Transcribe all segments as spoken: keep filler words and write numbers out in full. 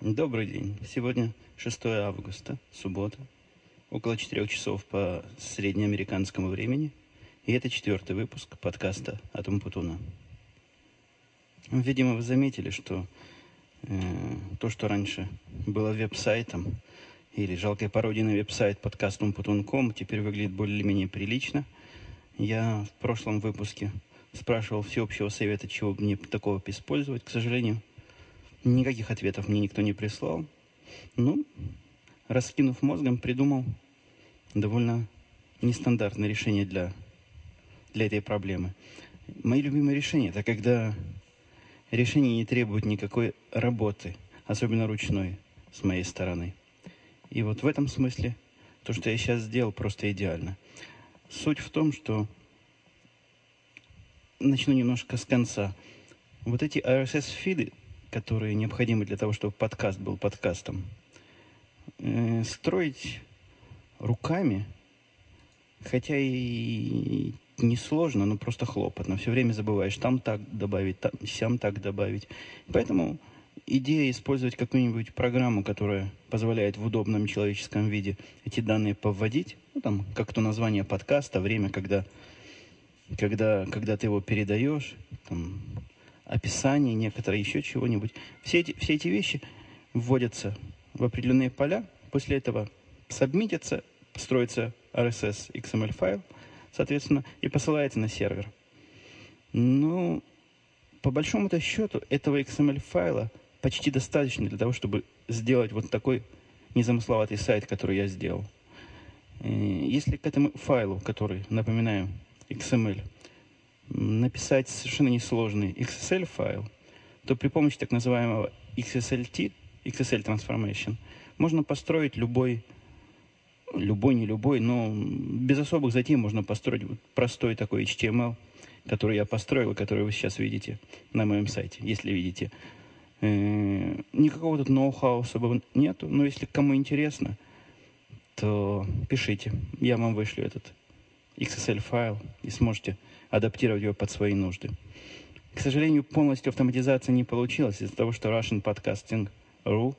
Добрый день. Сегодня шестое августа, суббота, около четырех часов по среднеамериканскому времени. И это четвертый выпуск подкаста от Умпутуна. Видимо, вы заметили, что э, то, что раньше было веб-сайтом или жалкой пародией на веб-сайт подкаст умпутун точка ком, теперь выглядит более-менее прилично. Я в прошлом выпуске спрашивал всеобщего совета, чего бы мне такого использовать. К сожалению, никаких ответов мне никто не прислал. Ну, раскинув мозгом, придумал довольно нестандартное решение для, для этой проблемы. Мои любимые решения – это когда решение не требует никакой работы, особенно ручной, с моей стороны. И вот в этом смысле то, что я сейчас сделал, просто идеально. Суть в том, что начну немножко с конца. Вот эти ар эс эс-фиды, которые необходимы для того, чтобы подкаст был подкастом, э, строить руками, хотя и несложно, но просто хлопотно. Все время забываешь там так добавить, там, сям так добавить. Поэтому идея использовать какую-нибудь программу, которая позволяет в удобном человеческом виде эти данные повводить, ну, там, как то название подкаста, время, когда, когда, когда ты его передаешь, там, описание некоторое, еще чего-нибудь. Все эти, все эти вещи вводятся в определенные поля, после этого сабмитятся, строится ар эс эс икс эм эль файл, соответственно, и посылается на сервер. Ну, по большому-то счету, этого икс эм эль файла почти достаточно для того, чтобы сделать вот такой незамысловатый сайт, который я сделал. Если к этому файлу, который, напоминаю, икс эм эль, написать совершенно несложный икс эс эль файл, то при помощи так называемого икс эс эль ти, икс эс эль Transformation, можно построить любой, любой, не любой, но без особых затей можно построить вот простой такой эйч ти эм эл, который я построил, который вы сейчас видите на моем сайте, если видите. Э-э- никакого тут ноу-хау особого нету, но если кому интересно, то пишите, я вам вышлю этот икс эс эль файл и сможете адаптировать его под свои нужды. К сожалению, полностью автоматизация не получилась из-за того, что Russian Podcasting точка ру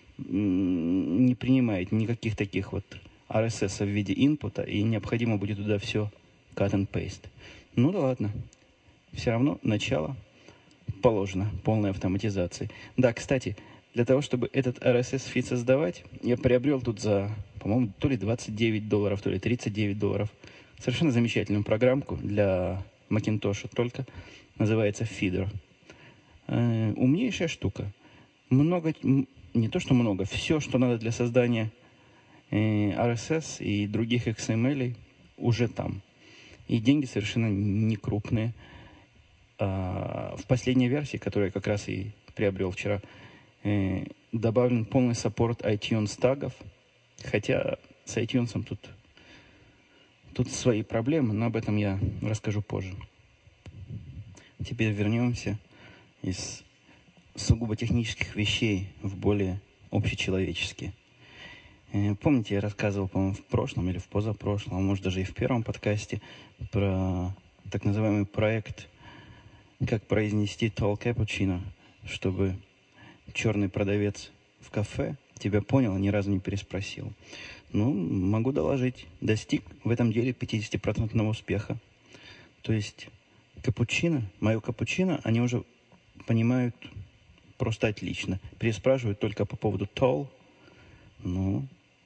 не принимает никаких таких вот ар эс эс в виде инпута, и необходимо будет туда все cut and paste. Ну да ладно. Все равно начало положено полной автоматизации. Да, кстати, для того, чтобы этот ар эс эс-фид создавать, я приобрел тут за, по-моему, то ли двадцать девять долларов, то ли тридцать девять долларов совершенно замечательную программку для Macintosh, только называется Feeder. Э, умнейшая штука. Много, не то что много, все, что надо для создания э, ар эс эс и других икс эм эль уже там. И деньги совершенно не крупные. А в последней версии, которую я как раз и приобрел вчера, э, добавлен полный саппорт iTunes тагов. Хотя с iTunes тут Тут свои проблемы, но об этом я расскажу позже. Теперь вернемся из сугубо технических вещей в более общечеловеческие. Помните, я рассказывал, по-моему, в прошлом или в позапрошлом, а может даже и в первом подкасте про так называемый проект «Как произнести tall cappuccino», чтобы черный продавец в кафе тебя понял, ни разу не переспросил. Ну, могу доложить. Достиг в этом деле пятидесятипроцентного успеха. То есть капучино, мое капучино, они уже понимают просто отлично. Переспрашивают только по поводу tall. Ну,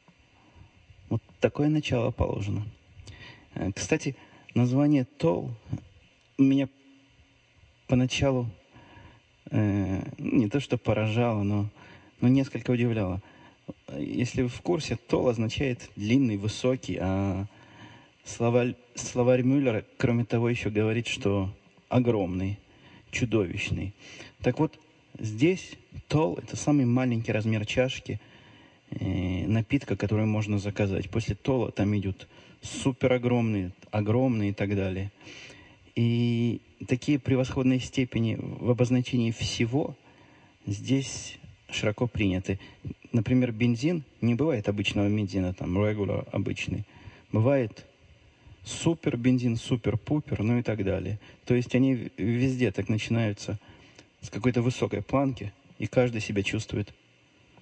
вот такое начало положено. Кстати, название tall меня поначалу э, не то что поражало, но, но несколько удивляло. Если вы в курсе, tall означает длинный, высокий, а словарь, словарь Мюллера, кроме того, еще говорит, что огромный, чудовищный. Так вот, здесь tall – это самый маленький размер чашки э, напитка, который можно заказать. После tall там идут супер огромные, огромные и так далее. И такие превосходные степени в обозначении всего здесь широко приняты. Например, бензин, не бывает обычного бензина, там, regular, обычный. Бывает супер бензин, супер-пупер, ну и так далее. То есть они везде так начинаются с какой-то высокой планки, и каждый себя чувствует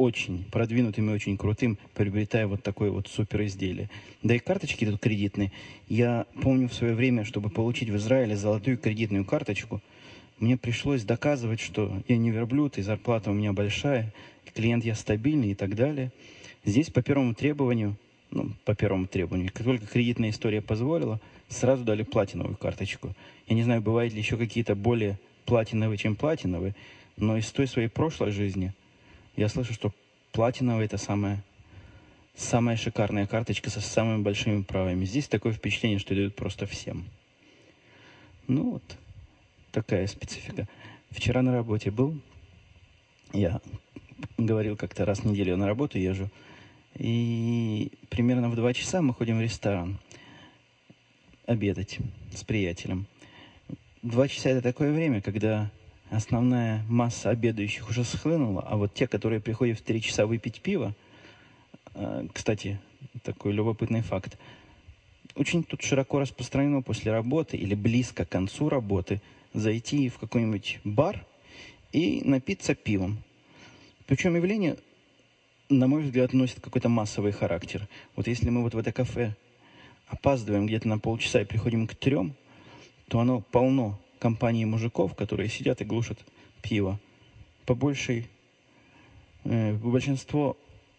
очень продвинутым и очень крутым, приобретая вот такое вот супер изделие. Да и карточки тут кредитные. Я помню в свое время, чтобы получить в Израиле золотую кредитную карточку, мне пришлось доказывать, что я не верблюд, и зарплата у меня большая, и клиент я стабильный и так далее. Здесь по первому требованию, ну, по первому требованию, как только кредитная история позволила, сразу дали платиновую карточку. Я не знаю, бывают ли еще какие-то более платиновые, чем платиновые, но из той своей прошлой жизни я слышу, что платиновая – это самая, самая шикарная карточка со самыми большими правами. Здесь такое впечатление, что дают просто всем. Ну вот, такая специфика. Вчера на работе был. Я говорил, как-то раз в неделю на работу езжу. И примерно в два часа мы ходим в ресторан обедать с приятелем. Два часа – это такое время, когда основная масса обедающих уже схлынула, а вот те, которые приходят в три часа выпить пиво, кстати, такой любопытный факт, очень тут широко распространено после работы или близко к концу работы зайти в какой-нибудь бар и напиться пивом. Причем явление, на мой взгляд, носит какой-то массовый характер. Вот если мы вот в это кафе опаздываем где-то на полчаса и приходим к трем, то оно полно компании мужиков, которые сидят и глушат пиво. По большей, э, большинство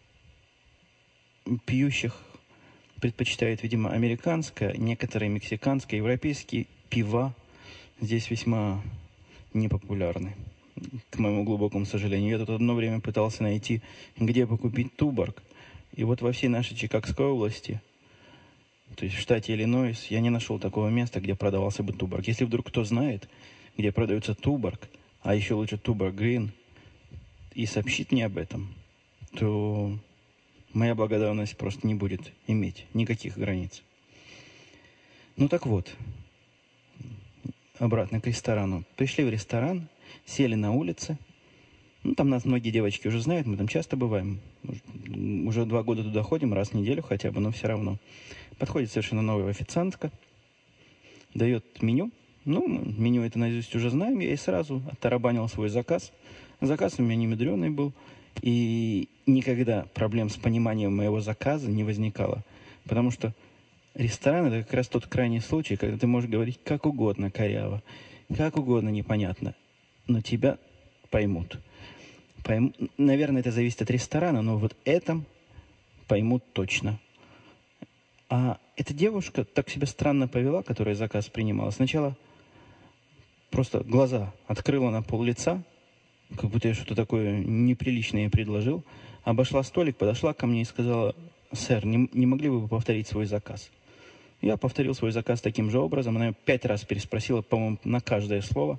пьющих предпочитает, видимо, американское, некоторые мексиканское, европейские пива здесь весьма непопулярны, к моему глубокому сожалению. Я тут одно время пытался найти, где покупить Туборг. И вот во всей нашей Чикагской области, то есть в штате Иллинойс, я не нашел такого места, где продавался бы Туборг. Если вдруг кто знает, где продается Туборг, а еще лучше Туборг Грин, и сообщит мне об этом, то моя благодарность просто не будет иметь никаких границ. Ну так вот, обратно к ресторану. Пришли в ресторан, сели на улице. Ну, там нас многие девочки уже знают, мы там часто бываем. Уже два года туда ходим, раз в неделю хотя бы, но все равно. Подходит совершенно новая официантка, дает меню. Ну, меню это наизусть уже знаем, я и сразу оттарабанил свой заказ. Заказ у меня не мудреный был, и никогда проблем с пониманием моего заказа не возникало. Потому что ресторан – это как раз тот крайний случай, когда ты можешь говорить как угодно коряво, как угодно непонятно, но тебя поймут. Пойм... Наверное, это зависит от ресторана, но вот этом поймут точно. А эта девушка так себя странно повела, которая заказ принимала. Сначала просто глаза открыла на пол лица, как будто я что-то такое неприличное ей предложил. Обошла столик, подошла ко мне и сказала: «Сэр, не, не могли бы вы повторить свой заказ?» Я повторил свой заказ таким же образом. Она пять раз переспросила, по-моему, на каждое слово.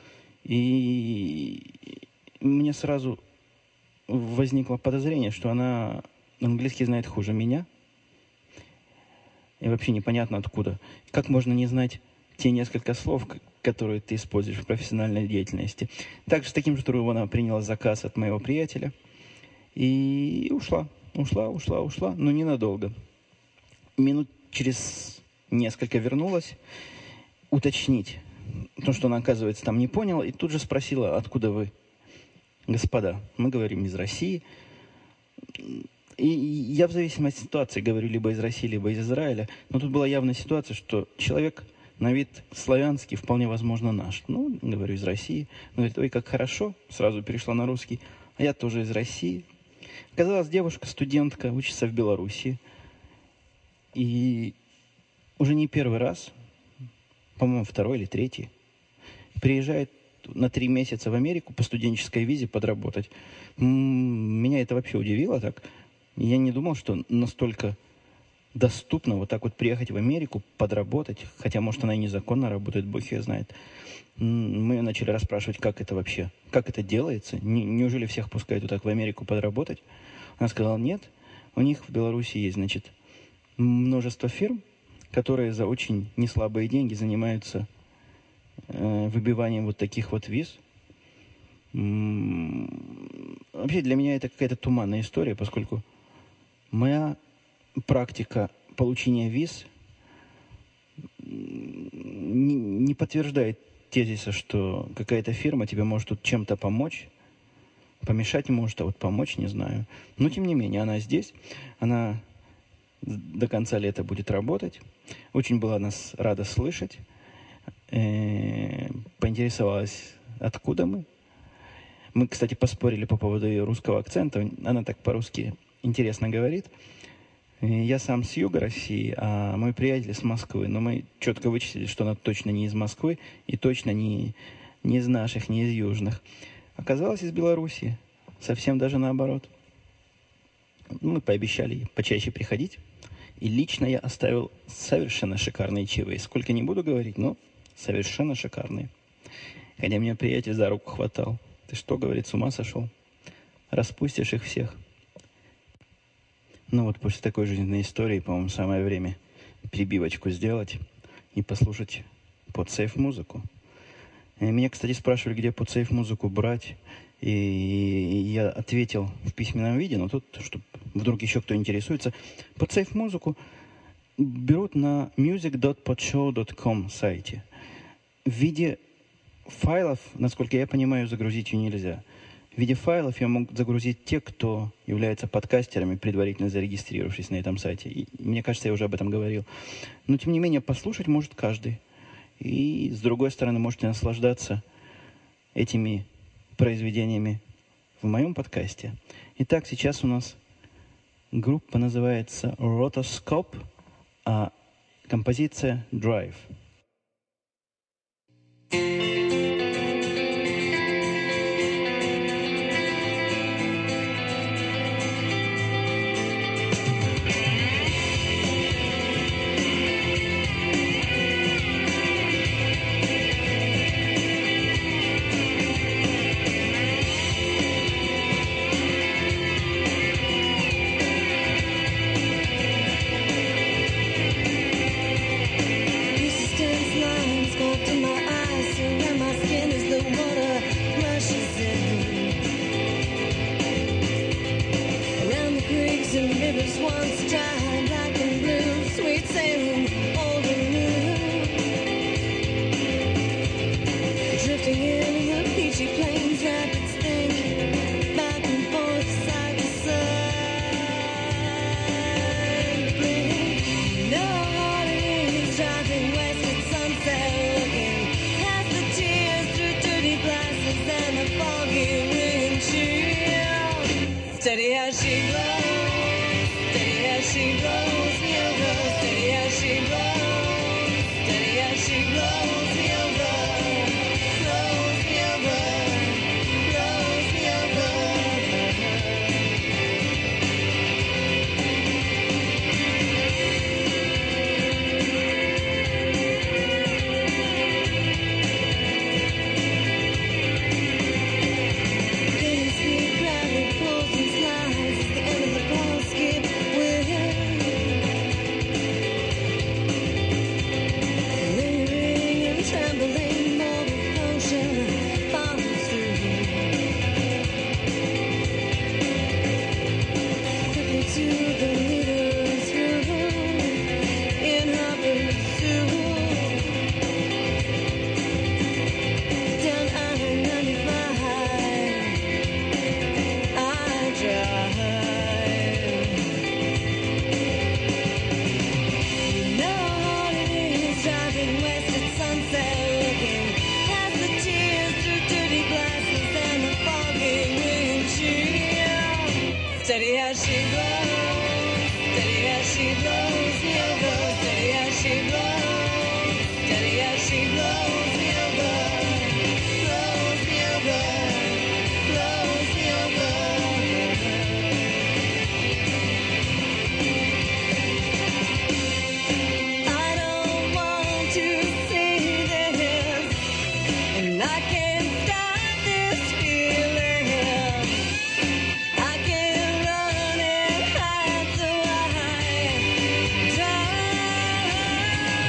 И мне сразу возникло подозрение, что она английский знает хуже меня. И вообще непонятно откуда. Как можно не знать те несколько слов, которые ты используешь в профессиональной деятельности. Также с таким же трудом она приняла заказ от моего приятеля. И ушла, ушла, ушла, ушла, но ненадолго. Минут через несколько вернулась уточнить то, что она, оказывается, там не поняла, и тут же спросила: откуда вы, господа? Мы говорим из России. И я в зависимости от ситуации говорю либо из России, либо из Израиля. Но тут была явная ситуация, что человек на вид славянский, вполне возможно, наш. Ну, говорю, из России. Он говорит: ой, как хорошо, сразу перешла на русский. А я тоже из России. Оказалась девушка, студентка, учится в Белоруссии. И уже не первый раз, по-моему, второй или третий, приезжает на три месяца в Америку по студенческой визе подработать. Меня это вообще удивило так. Я не думал, что настолько доступно вот так вот приехать в Америку, подработать, хотя, может, она и незаконно работает, бог ее знает. Мы начали расспрашивать, как это вообще, как это делается, неужели всех пускают вот так в Америку подработать? Она сказала: нет, у них в Беларуси есть, значит, множество фирм, которые за очень неслабые деньги занимаются э, выбиванием вот таких вот виз. М-м- вообще для меня это какая-то туманная история, поскольку моя практика получения виз не, не подтверждает тезиса, что какая-то фирма тебе может тут чем-то помочь. помешать может, а вот помочь не знаю. Но, тем не менее, она здесь. Она до конца лета будет работать. Очень была нас рада слышать. Э-э- поинтересовалась, откуда мы. Мы, кстати, поспорили по поводу ее русского акцента. Она так по-русски интересно говорит. Я сам с юга России, а мой приятель с Москвы. Но мы четко вычислили, что она точно не из Москвы и точно не, не из наших, не из южных. Оказалось, из Белоруссии. Совсем даже наоборот. Мы пообещали ей почаще приходить. И лично я оставил совершенно шикарные чаевые. Сколько не буду говорить, но совершенно шикарные. Хотя меня приятель за руку хватал. Ты что, говорит, с ума сошел? Распустишь их всех. Ну вот после такой жизненной истории, по-моему, самое время перебивочку сделать и послушать подсейф музыку. И меня, кстати, спрашивали, где подсейф музыку брать. И я ответил в письменном виде, но тут, чтобы вдруг еще кто интересуется, подсейф музыку берут на music dot podshow dot com сайте. В виде файлов, насколько я понимаю, загрузить ее нельзя. В виде файлов я мог загрузить те, кто является подкастерами, предварительно зарегистрировавшись на этом сайте. И мне кажется, я уже об этом говорил. Но, тем не менее, послушать может каждый. И, с другой стороны, можете наслаждаться этими произведениями в моем подкасте. Итак, сейчас у нас группа называется Rotoscope, а композиция Drive. Steady as she blows, steady as she blows me over, steady as she blows, steady as she blows me over, blows me over, blows me over. Getting speed, gravity pulls and slides, it's the end of the ball skip with lingering and trembling, mortal potion follows through. Quickly to the leader's room in her pursuit. Down I ninety-five, I drive. You know what it is, driving west at sunset, looking past the tears through dirty glasses and the foggy windshield. Steady as she blows, steady as she blows me over, steady as she blows, steady as she blows me over, blows me over, blows me over. I don't want to see this, and I can't stop this feeling. I can run and hide, so I drive.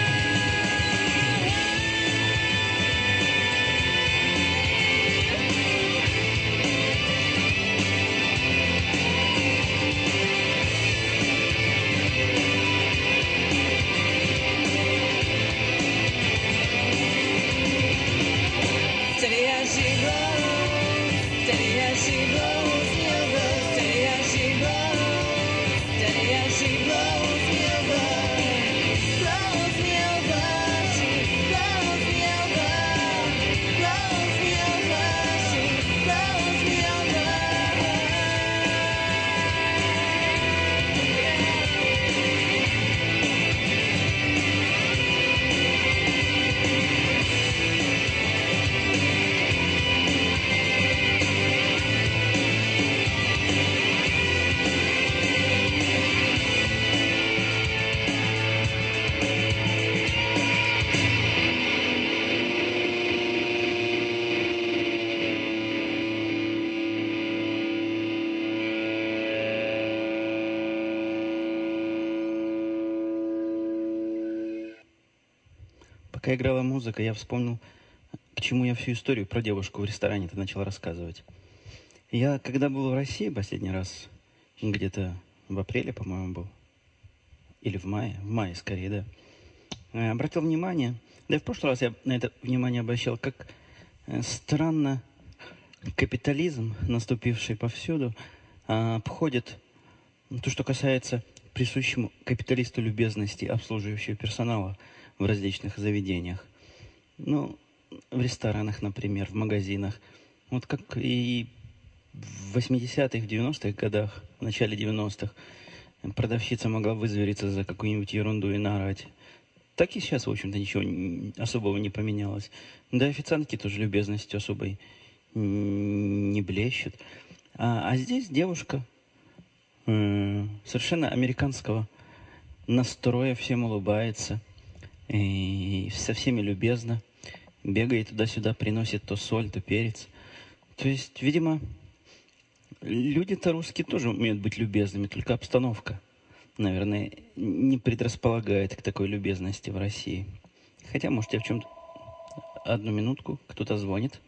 пока играла музыка, я вспомнил, к чему я всю историю про девушку в ресторане-то начал рассказывать. Я, когда был в России последний раз, где-то в апреле, по-моему, был, или в мае, в мае скорее, да, э, обратил внимание, да и в прошлый раз я на это внимание обращал, как э, странно капитализм, наступивший повсюду, э, обходит то, что касается присущему капиталисту любезности обслуживающего персонала в различных заведениях. Ну, в ресторанах, например, в магазинах. Вот как и в восьмидесятых, в девяностых годах, в начале девяностых, продавщица могла вызвериться за какую-нибудь ерунду и наорать. Так и сейчас, в общем-то, ничего особого не поменялось. Да, официантки тоже любезностью особой не блещут. А, а здесь девушка э, совершенно американского настроя, всем улыбается, и со всеми любезно, бегает туда-сюда, приносит то соль, то перец. То есть, видимо, люди-то русские тоже умеют быть любезными, только обстановка, наверное, не предрасполагает к такой любезности в России. Хотя, может, я в чем-то... Одну минутку, кто-то звонит.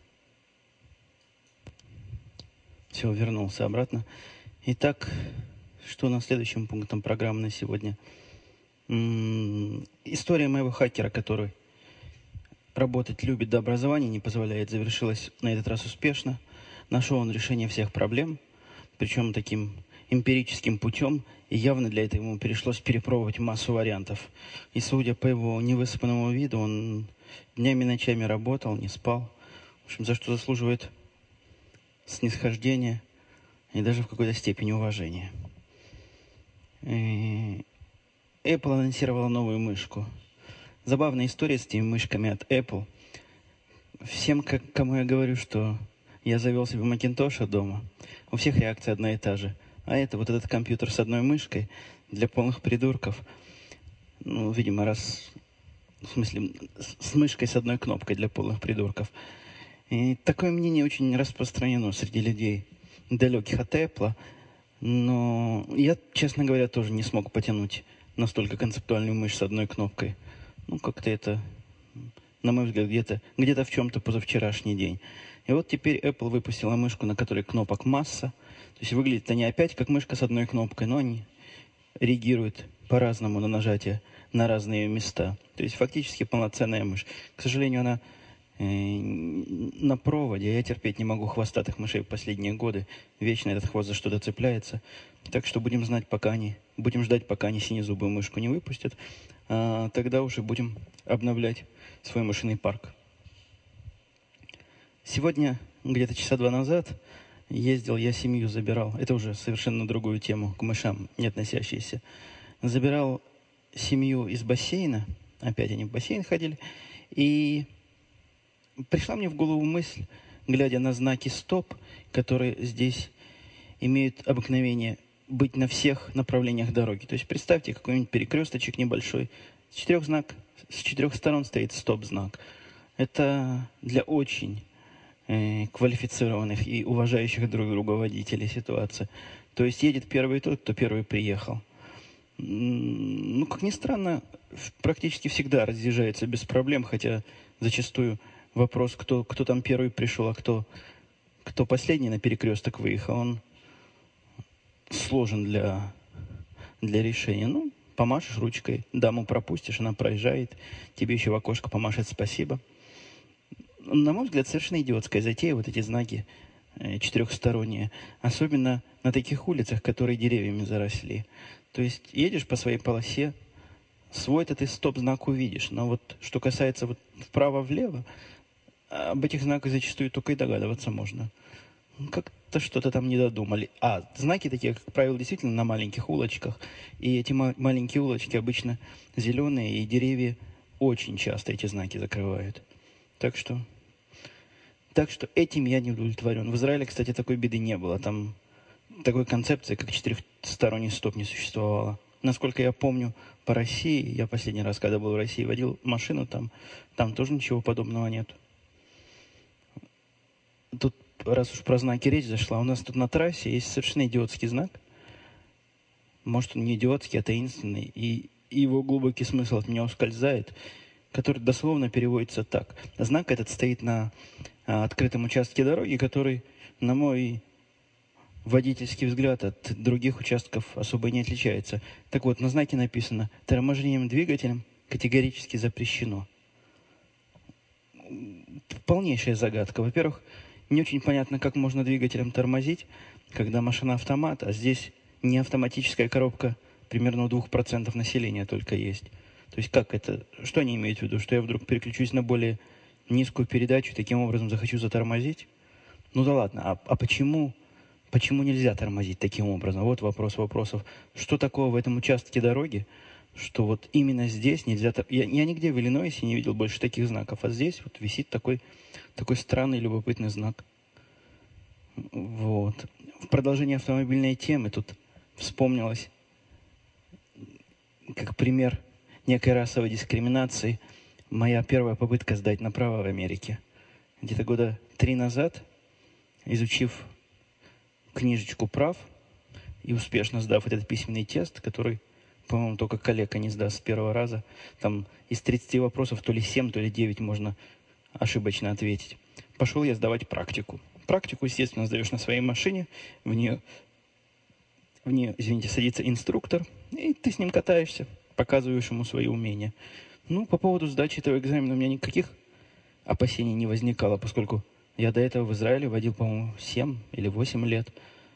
Все, вернулся обратно. Итак, что у нас следующим пунктом программы на сегодня? М-м- история моего хакера, который работать любит до образования, не позволяет, завершилась на этот раз успешно. Нашел он решение всех проблем, причем таким эмпирическим путем, и явно для этого ему пришлось перепробовать массу вариантов. И судя по его невысыпанному виду, он днями и ночами работал, не спал. В общем, за что заслуживает снисхождения и даже в какой-то степени уважения. И Apple анонсировала новую мышку. Забавная история с этими мышками от Apple. Всем, как, кому я говорю, что я завел себе Macintosh дома, у всех реакция одна и та же. А это вот этот компьютер с одной мышкой для полных придурков. Ну, видимо, раз... В смысле, с, с мышкой с одной кнопкой для полных придурков. И такое мнение очень распространено среди людей, далеких от Apple. Но я, честно говоря, тоже не смог потянуть настолько концептуальную мышь с одной кнопкой. Ну, как-то это, на мой взгляд, где-то, где-то в чем-то позавчерашний день. И вот теперь Apple выпустила мышку, на которой кнопок масса. То есть выглядит они опять как мышка с одной кнопкой, но они реагируют по-разному на нажатие на разные места. То есть фактически полноценная мышь. К сожалению, она э, на проводе. Я терпеть не могу хвостатых мышей в последние годы. Вечно этот хвост за что-то цепляется. Так что будем знать, пока они, будем ждать, пока они синезубую мышку не выпустят. А тогда уже будем обновлять свой мышиный парк. Сегодня, где-то часа два назад, ездил, я семью забирал. Это уже совершенно другую тему, к мышам не относящиеся. Забирал семью из бассейна. Опять они в бассейн ходили. И пришла мне в голову мысль, глядя на знаки «стоп», которые здесь имеют обыкновение быть на всех направлениях дороги. То есть представьте какой-нибудь перекресточек небольшой. С четырех, знак, с четырех сторон стоит стоп-знак. Это для очень э, квалифицированных и уважающих друг друга водителей ситуация. То есть едет первый тот, кто первый приехал. Ну, как ни странно, практически всегда разъезжается без проблем, хотя зачастую вопрос, кто, кто там первый пришел, а кто, кто последний на перекресток выехал, он сложен для, для решения. Ну, помашешь ручкой, даму пропустишь, она проезжает, тебе еще в окошко помашет «спасибо». На мой взгляд, совершенно идиотская затея, вот эти знаки э, четырехсторонние. Особенно на таких улицах, которые деревьями заросли. То есть едешь по своей полосе, свой-то ты стоп-знак увидишь. Но вот что касается вот вправо-влево, об этих знаках зачастую только и догадываться можно. Как-то что-то там не додумали. А знаки такие, как правило, действительно на маленьких улочках. И эти ма- маленькие улочки обычно зеленые, и деревья очень часто эти знаки закрывают. Так что, так что этим я не удовлетворен. В Израиле, кстати, такой беды не было. Там такой концепции, как четырехсторонний стоп, не существовало. Насколько я помню, по России, я последний раз, когда был в России, водил машину там, там тоже ничего подобного нет. Тут, раз уж про знаки речь зашла, у нас тут на трассе есть совершенно идиотский знак. Может, он не идиотский, а таинственный, и его глубокий смысл от меня ускользает. который дословно переводится так. Знак этот стоит на а, открытом участке дороги, который, на мой водительский взгляд, от других участков особо не отличается. Так вот, на знаке написано: торможением двигателем категорически запрещено. Полнейшая загадка. Во-первых, не очень понятно, как можно двигателем тормозить, когда машина автомат, а здесь не автоматическая коробка, примерно у двух процентов населения только есть. То есть как это? Что они имеют в виду? Что я вдруг переключусь на более низкую передачу, таким образом захочу затормозить? Ну да ладно, а, а почему, почему нельзя тормозить таким образом? Вот вопрос вопросов. Что такого в этом участке дороги, что вот именно здесь нельзя... тор- Я, я нигде в Иллинойсе не видел больше таких знаков, а здесь вот висит такой, такой странный, любопытный знак. Вот. В продолжении автомобильной темы тут вспомнилось, как пример некой расовой дискриминации, моя первая попытка сдать на право в Америке. Где-то года три назад, изучив книжечку прав и успешно сдав этот письменный тест, который, по-моему, только коллега не сдаст с первого раза, там из тридцати вопросов то ли семь, то ли девять можно ошибочно ответить, пошел я сдавать практику. Практику, естественно, сдаешь на своей машине, в нее, в нее, извините, садится инструктор, и ты с ним катаешься, показываешь ему свои умения. Ну, по поводу сдачи этого экзамена у меня никаких опасений не возникало, поскольку я до этого в Израиле водил, по-моему, семь или восемь лет.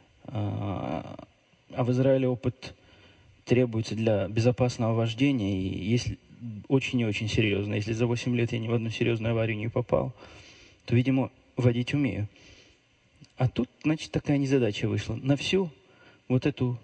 А, а в Израиле опыт требуется для безопасного вождения, и если очень и очень серьезно, если за восемь лет я ни в одну серьезную аварию не попал, то, видимо, водить умею. А тут, значит, такая незадача вышла. На всю вот эту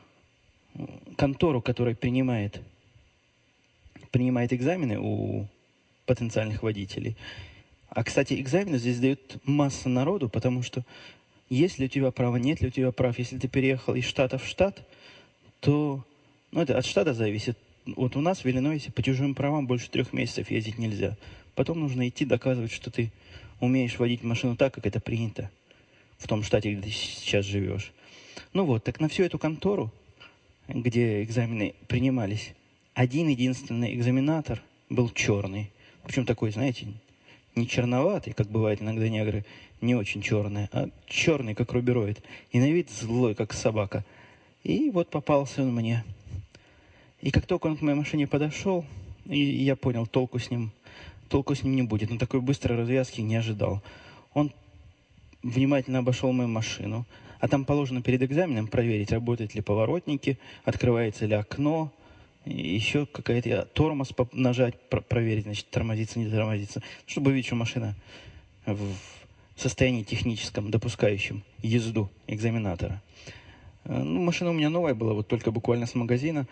контору, которая принимает, принимает экзамены у потенциальных водителей. А, кстати, экзамены здесь дают масса народу, потому что есть ли у тебя право, нет ли у тебя прав. Если ты переехал из штата в штат, то, ну, это от штата зависит. Вот у нас в Иллинойсе по чужим правам больше трех месяцев ездить нельзя. Потом нужно идти доказывать, что ты умеешь водить машину так, как это принято в том штате, где ты сейчас живешь. Ну вот, так на всю эту контору, где экзамены принимались, один единственный экзаменатор был черный. Причем такой, знаете, не черноватый, как бывает иногда негры, не очень черный, а черный, как рубероид. И на вид злой, как собака. И вот попался он мне. И как только он к моей машине подошел, и я понял, толку с ним, толку с ним не будет. Но такой быстрой развязки не ожидал. Он внимательно обошел мою машину. А там положено перед экзаменом проверить, работают ли поворотники, открывается ли окно, и еще какая-то тормоз нажать, про- проверить, значит, тормозится, не тормозится, чтобы увидеть, что машина в состоянии техническом, допускающем езду экзаменатора. Э, Ну, машина у меня новая была, вот только буквально с магазина,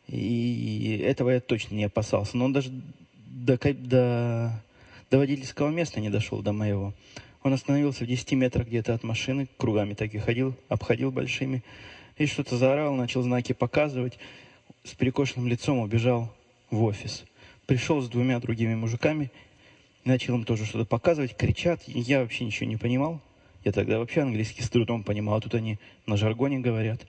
и этого я точно не опасался. Но он даже до, ка- до, до водительского места не дошел, до моего. Он остановился в десяти метрах где-то от машины, кругами так и ходил, обходил большими, и что-то заорал, начал знаки показывать, с перекошенным лицом убежал в офис. Пришел с двумя другими мужиками, начал им тоже что-то показывать, кричат. Я вообще ничего не понимал. Я тогда вообще английский с трудом понимал, а тут они на жаргоне говорят.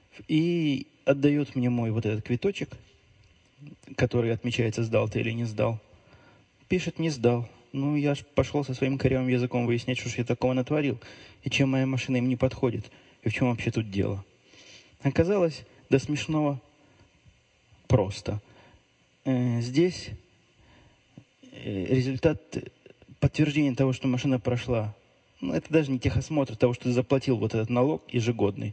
И отдает мне мой вот этот квиточек, который отмечается, сдал ты или не сдал. Пишет, не сдал. Ну, я ж пошел со своим корявым языком выяснять, что ж я такого натворил, и чем моя машина им не подходит, и в чем вообще тут дело. Оказалось, до смешного просто. Э, Здесь э, результат подтверждения того, что машина прошла, ну, это даже не техосмотр того, что ты заплатил вот этот налог ежегодный.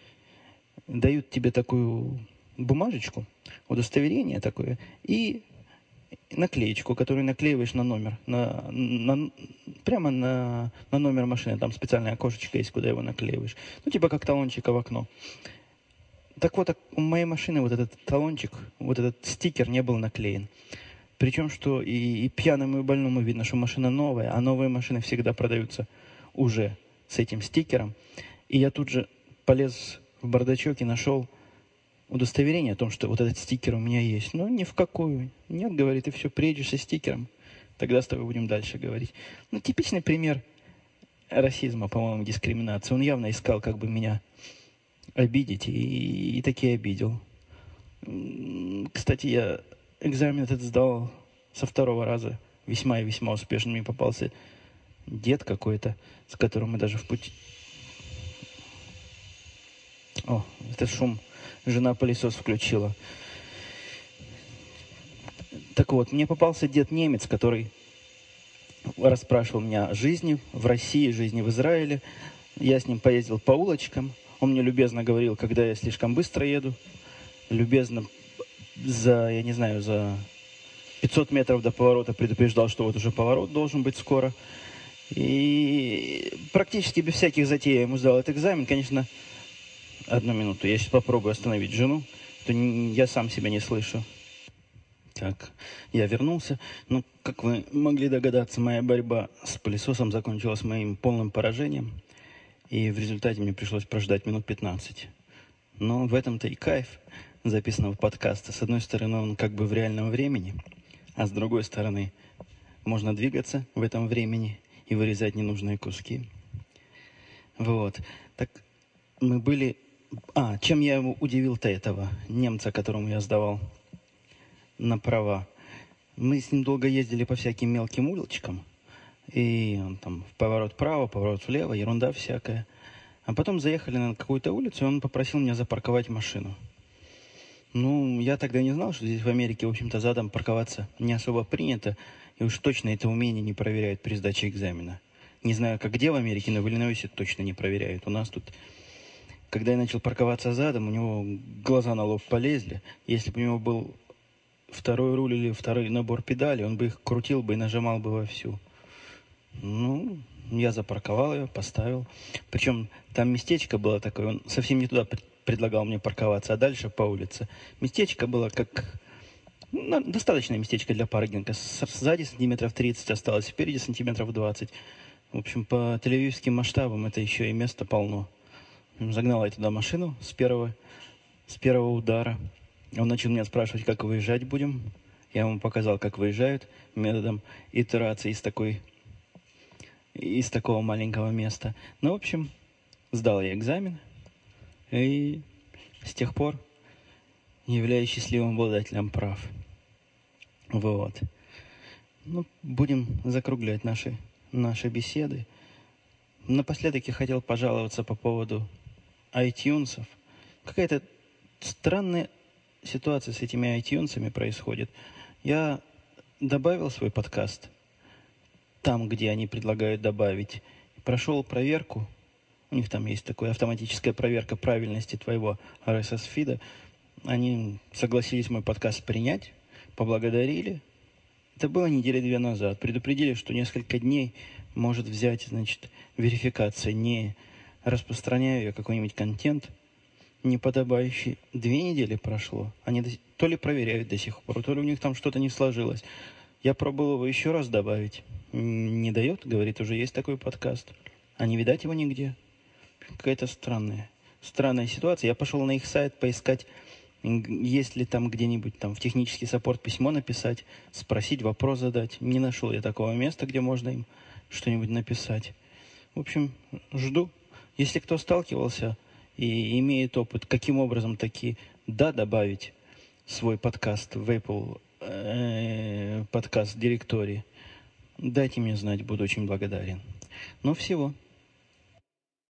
Дают тебе такую бумажечку, удостоверение такое, и наклеечку, которую наклеиваешь на номер, на, на, прямо на, на номер машины. Там специальное окошечко есть, куда его наклеиваешь. Ну, типа как талончика в окно. Так вот, у моей машины вот этот талончик, вот этот стикер не был наклеен. Причем, что и, и пьяному, и больному видно, что машина новая, а новые машины всегда продаются уже с этим стикером. И я тут же полез в бардачок и нашел удостоверение о том, что вот этот стикер у меня есть. Ну, ни в какую. Нет, говорит, и все, приедешь со стикером. Тогда с тобой будем дальше говорить. Ну, типичный пример расизма, по-моему, дискриминации. Он явно искал, как бы меня обидеть, и, и таки обидел. М, Кстати, я экзамен этот сдал со второго раза весьма и весьма успешно мне попался дед какой-то, с которым мы даже в пути... О, это шум. Жена пылесос включила. Так вот, мне попался дед-немец, который расспрашивал меня о жизни в России, жизни в Израиле. Я с ним поездил по улочкам. Он мне любезно говорил, когда я слишком быстро еду. Любезно за, я не знаю, за пятьсот метров до поворота предупреждал, что вот уже поворот должен быть скоро. И практически без всяких затей я ему сдал этот экзамен. Конечно, одну минуту, я сейчас попробую остановить жену, то я сам себя не слышу. Так, я вернулся. Ну, как вы могли догадаться, моя борьба с пылесосом закончилась моим полным поражением. И в результате мне пришлось прождать минут пятнадцать. Но в этом-то и кайф записанного подкаста. С одной стороны, он как бы в реальном времени, а с другой стороны, можно двигаться в этом времени и вырезать ненужные куски. Вот. Так мы были... А, чем я его удивил-то этого немца, которому я сдавал на права. Мы с ним долго ездили по всяким мелким улочкам. И он там в поворот вправо, поворот влево, ерунда всякая. А потом заехали на какую-то улицу, и он попросил меня запарковать машину. Ну, я тогда не знал, что здесь в Америке, в общем-то, задом парковаться не особо принято. И уж точно это умение не проверяют при сдаче экзамена. Не знаю, как где в Америке, но в Иллинойсе точно не проверяют. У нас тут... Когда я начал парковаться задом, у него глаза на лоб полезли. Если бы у него был второй руль или второй набор педалей, он бы их крутил бы и нажимал бы вовсю. Ну, я запарковал ее, поставил. Причем там местечко было такое, он совсем не туда предлагал мне парковаться, а дальше по улице. Местечко было как... Ну, достаточное местечко для паркинга. Сзади сантиметров тридцать осталось, спереди сантиметров двадцать. В общем, по тель-авивским масштабам это еще и места полно. Загнал я туда машину с первого, с первого удара. Он начал меня спрашивать, как выезжать будем. Я ему показал, как выезжают методом итерации из такой, из такого маленького места. Ну, в общем, сдал я экзамен. И с тех пор являюсь счастливым обладателем прав. Вот. Ну, будем закруглять наши, наши беседы. Напоследок я хотел пожаловаться по поводу iTunes. Какая-то странная ситуация с этими iTunes происходит. Я добавил свой подкаст там, где они предлагают добавить. Прошел проверку. У них там есть такая автоматическая проверка правильности твоего ар эс эс-фида. Они согласились мой подкаст принять, поблагодарили. Это было недели две назад. Предупредили, что несколько дней может взять, значит, верификация. Не распространяю я какой-нибудь контент неподобающий. Две недели прошло. Они до... то ли проверяют до сих пор, то ли у них там что-то не сложилось. Я пробовал его еще раз добавить. Не дает, говорит, уже есть такой подкаст. А не видать его нигде. Какая-то странная, странная ситуация. Я пошел на их сайт поискать, есть ли там где-нибудь там в технический саппорт письмо написать, спросить, вопрос задать. Не нашел я такого места, где можно им что-нибудь написать. В общем, жду. Если кто сталкивался и имеет опыт, каким образом таки, да, добавить свой подкаст в Apple э, подкаст директории, дайте мне знать, буду очень благодарен. Ну, всего.